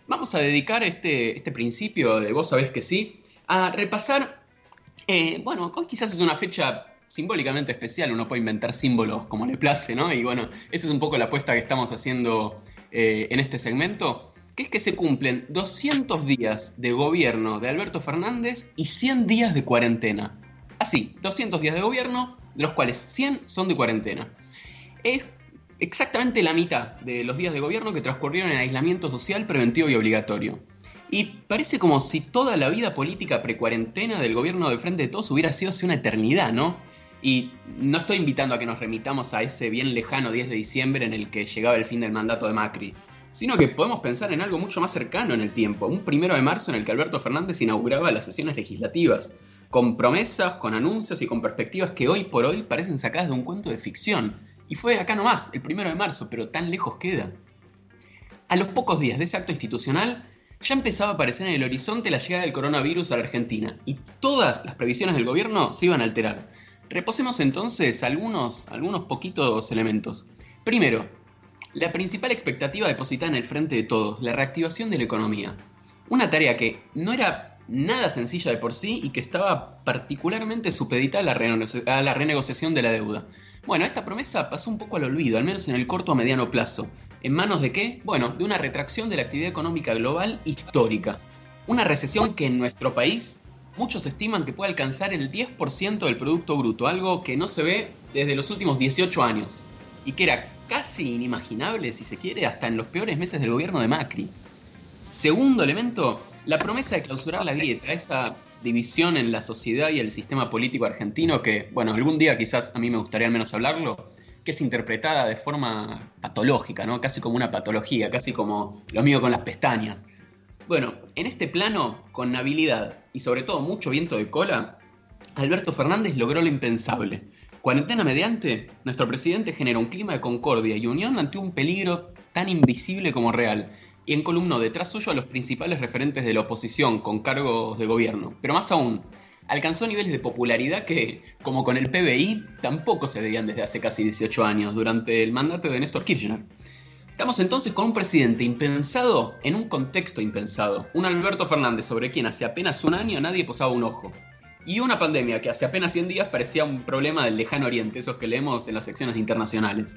Vamos a dedicar este principio de vos sabés que sí a repasar. Bueno, hoy quizás es una fecha simbólicamente especial, uno puede inventar símbolos como le place, ¿no? Y bueno, esa es un poco la apuesta que estamos haciendo en este segmento, que es que se cumplen 200 días de gobierno de Alberto Fernández y 100 días de cuarentena. Así, 200 días de gobierno, de los cuales 100 son de cuarentena. Es exactamente la mitad de los días de gobierno que transcurrieron en aislamiento social preventivo y obligatorio. Y parece como si toda la vida política precuarentena del gobierno de Frente de Todos hubiera sido hace una eternidad, ¿no? Y no estoy invitando a que nos remitamos a ese bien lejano 10 de diciembre en el que llegaba el fin del mandato de Macri, sino que podemos pensar en algo mucho más cercano en el tiempo, un 1 de marzo en el que Alberto Fernández inauguraba las sesiones legislativas, con promesas, con anuncios y con perspectivas que hoy por hoy parecen sacadas de un cuento de ficción. Y fue acá nomás, el 1 de marzo, pero tan lejos queda. A los pocos días de ese acto institucional, ya empezaba a aparecer en el horizonte la llegada del coronavirus a la Argentina, y todas las previsiones del gobierno se iban a alterar. Reposemos entonces algunos poquitos elementos. Primero, la principal expectativa depositada en el frente de todos, la reactivación de la economía. Una tarea que no era nada sencilla de por sí y que estaba particularmente supeditada a la renegociación de la deuda. Bueno, esta promesa pasó un poco al olvido, al menos en el corto a mediano plazo. ¿En manos de qué? Bueno, de una retracción de la actividad económica global histórica. Una recesión que en nuestro país muchos estiman que puede alcanzar el 10% del Producto Bruto, algo que no se ve desde los últimos 18 años y que era casi inimaginable, si se quiere, hasta en los peores meses del gobierno de Macri. Segundo elemento, la promesa de clausurar la grieta, esa división en la sociedad y el sistema político argentino que, bueno, algún día quizás a mí me gustaría al menos hablarlo, que es interpretada de forma patológica, ¿no? Casi como una patología, casi como lo mío con las pestañas. Bueno, en este plano, con habilidad y sobre todo mucho viento de cola, Alberto Fernández logró lo impensable. Cuarentena mediante, nuestro presidente generó un clima de concordia y unión ante un peligro tan invisible como real, y encolumnó detrás suyo a los principales referentes de la oposición con cargos de gobierno. Pero más aún, alcanzó niveles de popularidad que, como con el PBI, tampoco se veían desde hace casi 18 años, durante el mandato de Néstor Kirchner. Estamos entonces con un presidente impensado en un contexto impensado. Un Alberto Fernández sobre quien hace apenas un año nadie posaba un ojo. Y una pandemia que hace apenas 100 días parecía un problema del lejano oriente, esos que leemos en las secciones internacionales.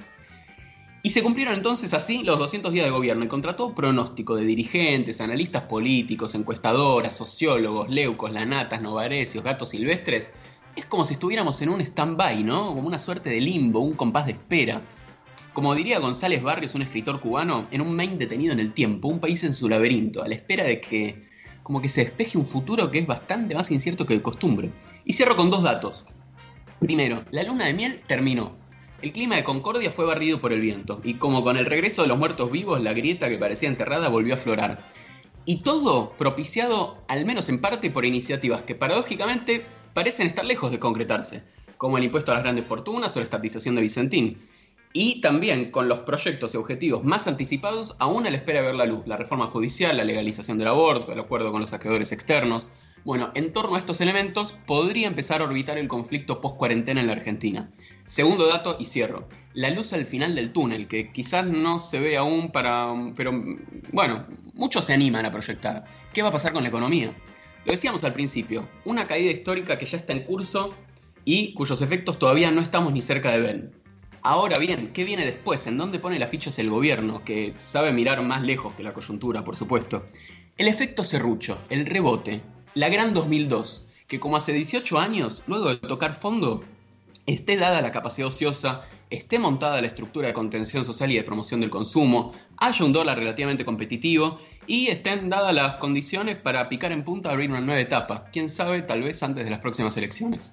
Y se cumplieron entonces así los 200 días de gobierno y contra todo pronóstico de dirigentes, analistas políticos, encuestadoras, sociólogos, leucos, lanatas, novaresios, gatos silvestres, es como si estuviéramos en un stand-by, ¿no? Como una suerte de limbo, un compás de espera. Como diría González Barrios, un escritor cubano, en un Maine detenido en el tiempo, un país en su laberinto, a la espera de que como que se despeje un futuro que es bastante más incierto que de costumbre. Y cierro con 2 datos. Primero, la luna de miel terminó. El clima de concordia fue barrido por el viento, y como con el regreso de los muertos vivos, la grieta que parecía enterrada volvió a aflorar. Y todo propiciado, al menos en parte, por iniciativas que paradójicamente parecen estar lejos de concretarse, como el impuesto a las grandes fortunas o la estatización de Vicentín. Y también con los proyectos y objetivos más anticipados, aún a la espera de ver la luz, la reforma judicial, la legalización del aborto, el acuerdo con los acreedores externos. Bueno, en torno a estos elementos podría empezar a orbitar el conflicto post-cuarentena en la Argentina. Segundo dato y cierro. La luz al final del túnel, que quizás no se ve aún pero bueno, muchos se animan a proyectar. ¿Qué va a pasar con la economía? Lo decíamos al principio, una caída histórica que ya está en curso y cuyos efectos todavía no estamos ni cerca de ver. Ahora bien, ¿qué viene después? ¿En dónde pone las fichas el gobierno? Que sabe mirar más lejos que la coyuntura, por supuesto. El efecto serrucho, el rebote, la gran 2002, que como hace 18 años, luego de tocar fondo, esté dada la capacidad ociosa, esté montada la estructura de contención social y de promoción del consumo, haya un dólar relativamente competitivo y estén dadas las condiciones para picar en punta a abrir una nueva etapa. Quién sabe, tal vez antes de las próximas elecciones.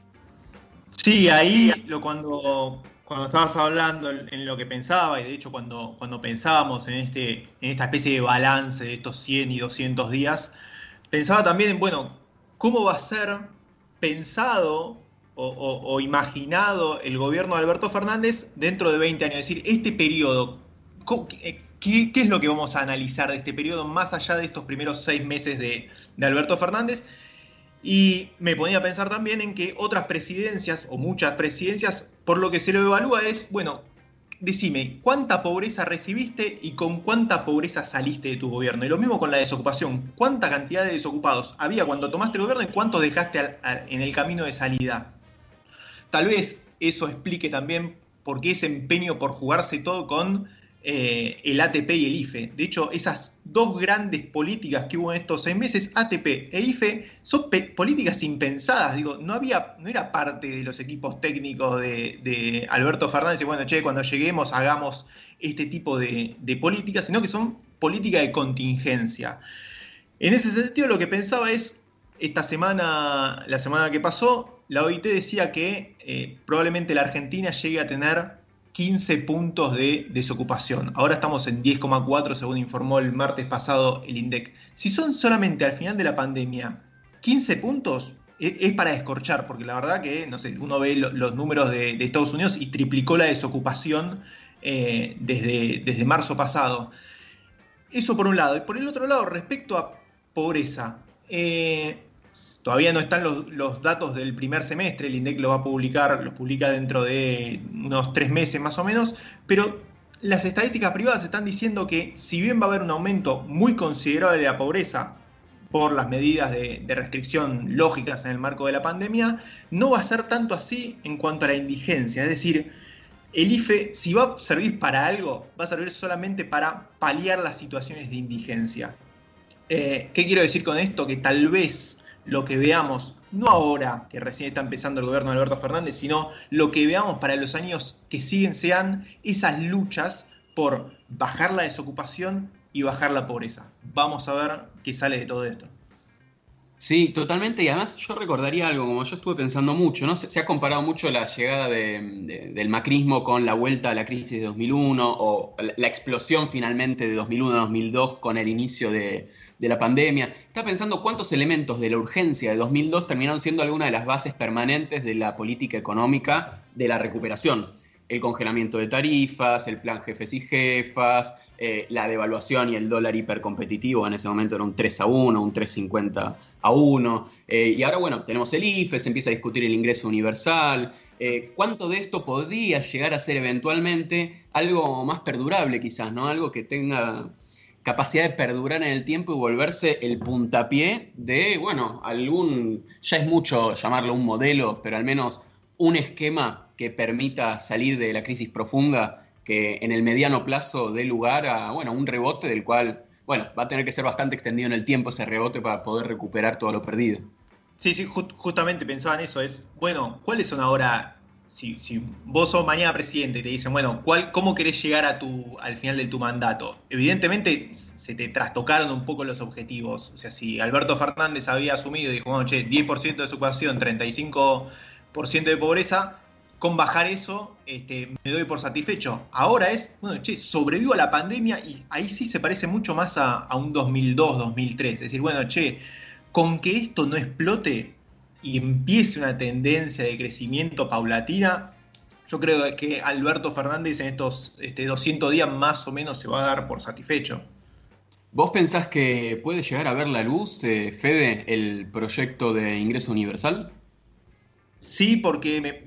Sí, ahí cuando estabas hablando en lo que pensaba, y de hecho cuando pensábamos en esta especie de balance de estos 100 y 200 días, pensaba también en, bueno, cómo va a ser pensado o imaginado el gobierno de Alberto Fernández dentro de 20 años. Es decir, este periodo, ¿qué es lo que vamos a analizar de este periodo más allá de estos primeros 6 meses de Alberto Fernández? Y me ponía a pensar también en que otras presidencias, o muchas presidencias, por lo que se lo evalúa es, bueno, decime, ¿cuánta pobreza recibiste y con cuánta pobreza saliste de tu gobierno? Y lo mismo con la desocupación. ¿Cuánta cantidad de desocupados había cuando tomaste el gobierno y cuántos dejaste en el camino de salida? Tal vez eso explique también por qué ese empeño por jugarse todo con el ATP y el IFE. De hecho, esas dos grandes políticas que hubo en estos 6 meses, ATP e IFE, son políticas impensadas. Digo, no era parte de los equipos técnicos de Alberto Fernández y bueno, cuando lleguemos hagamos este tipo de políticas, sino que son políticas de contingencia. En ese sentido, lo que pensaba es, la semana que pasó, la OIT decía que probablemente la Argentina llegue a tener 15 puntos de desocupación. Ahora estamos en 10,4 según informó el martes pasado el INDEC. Si son solamente al final de la pandemia 15 puntos, es para descorchar, porque la verdad que, no sé, uno ve los números de Estados Unidos y triplicó la desocupación desde marzo pasado. Eso por un lado. Y por el otro lado, respecto a pobreza, todavía no están los datos del primer semestre, el INDEC los publica dentro de unos 3 meses más o menos, pero las estadísticas privadas están diciendo que si bien va a haber un aumento muy considerable de la pobreza por las medidas de restricción lógicas en el marco de la pandemia, no va a ser tanto así en cuanto a la indigencia. Es decir, el IFE, si va a servir para algo, va a servir solamente para paliar las situaciones de indigencia. ¿Qué quiero decir con esto? Que tal vez lo que veamos, no ahora que recién está empezando el gobierno de Alberto Fernández, sino lo que veamos para los años que siguen sean esas luchas por bajar la desocupación y bajar la pobreza. Vamos a ver qué sale de todo esto. Sí, totalmente. Y además yo recordaría algo, como yo estuve pensando mucho, ¿no? Se ha comparado mucho la llegada del macrismo con la vuelta a la crisis de 2001 o la explosión finalmente de 2001-2002 con el inicio de la pandemia. Estaba pensando cuántos elementos de la urgencia de 2002 terminaron siendo alguna de las bases permanentes de la política económica de la recuperación. El congelamiento de tarifas, el plan jefes y jefas, la devaluación y el dólar hipercompetitivo, en ese momento era un 3-1, un 3,50-1. Y ahora, bueno, tenemos el IFE, se empieza a discutir el ingreso universal. ¿Cuánto de esto podría llegar a ser eventualmente algo más perdurable quizás, ¿no? Algo que tenga capacidad de perdurar en el tiempo y volverse el puntapié de, bueno, ya es mucho llamarlo un modelo, pero al menos un esquema que permita salir de la crisis profunda que en el mediano plazo dé lugar a, bueno, un rebote del cual, bueno, va a tener que ser bastante extendido en el tiempo ese rebote para poder recuperar todo lo perdido. Sí, justamente pensaba en eso, bueno, ¿cuáles son ahora, si vos sos mañana presidente y te dicen, bueno, ¿cómo querés llegar al final de tu mandato? Evidentemente se te trastocaron un poco los objetivos. O sea, si Alberto Fernández había asumido y dijo, bueno, 10% de desocupación, 35% de pobreza, con bajar eso me doy por satisfecho. Ahora bueno, sobrevivo a la pandemia y ahí sí se parece mucho más a un 2002, 2003. Es decir, bueno, con que esto no explote y empiece una tendencia de crecimiento paulatina, yo creo que Alberto Fernández en estos 200 días más o menos se va a dar por satisfecho. ¿Vos pensás que puede llegar a ver la luz, Fede, el proyecto de ingreso universal? Sí, porque,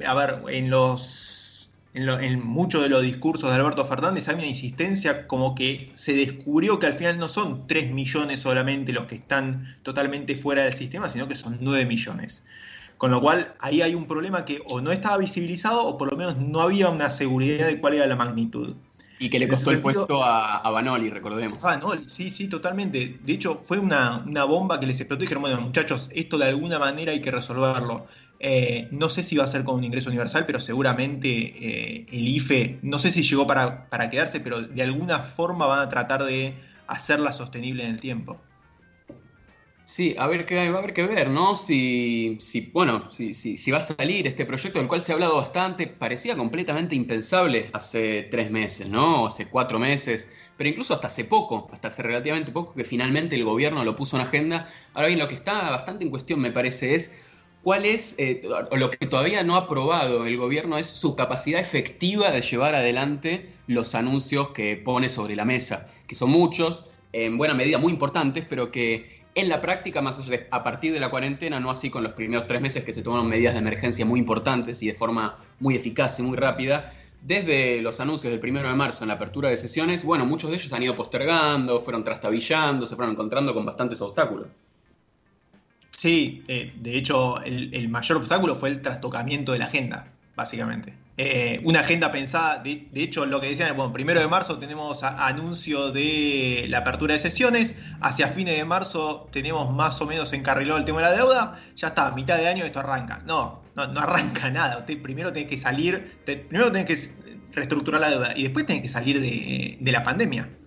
en muchos de los discursos de Alberto Fernández hay una insistencia como que se descubrió que al final no son 3 millones solamente los que están totalmente fuera del sistema, sino que son 9 millones. Con lo cual ahí hay un problema que o no estaba visibilizado o por lo menos no había una seguridad de cuál era la magnitud. Y que le costó el puesto a Vanoli, recordemos. Vanoli, sí, totalmente. De hecho, fue una bomba que les explotó y dijeron, bueno, muchachos, esto de alguna manera hay que resolverlo. No sé si va a ser con un ingreso universal, pero seguramente el IFE, no sé si llegó para quedarse, pero de alguna forma van a tratar de hacerla sostenible en el tiempo. Sí, va a haber que ver, ¿no? Si va a salir este proyecto del cual se ha hablado bastante, parecía completamente impensable hace 3 meses, ¿no? O hace 4 meses, pero incluso hasta hace relativamente poco, que finalmente el gobierno lo puso en agenda. Ahora bien, lo que está bastante en cuestión, me parece, es cuál es, o lo que todavía no ha probado el gobierno es su capacidad efectiva de llevar adelante los anuncios que pone sobre la mesa, que son muchos, en buena medida muy importantes, pero que en la práctica, más allá de, a partir de la cuarentena, no así con los primeros 3 meses que se tomaron medidas de emergencia muy importantes y de forma muy eficaz y muy rápida, desde los anuncios del 1 de marzo en la apertura de sesiones, bueno, muchos de ellos han ido postergando, fueron trastabillando, se fueron encontrando con bastantes obstáculos. Sí, de hecho, el mayor obstáculo fue el trastocamiento de la agenda, básicamente. Una agenda pensada, de hecho, lo que decían, bueno, 1 de marzo tenemos anuncio de la apertura de sesiones, hacia fines de marzo tenemos más o menos encarrilado el tema de la deuda, ya está, a mitad de año esto arranca. No arranca nada. Usted primero tenés que reestructurar la deuda y después tenés que salir de la pandemia.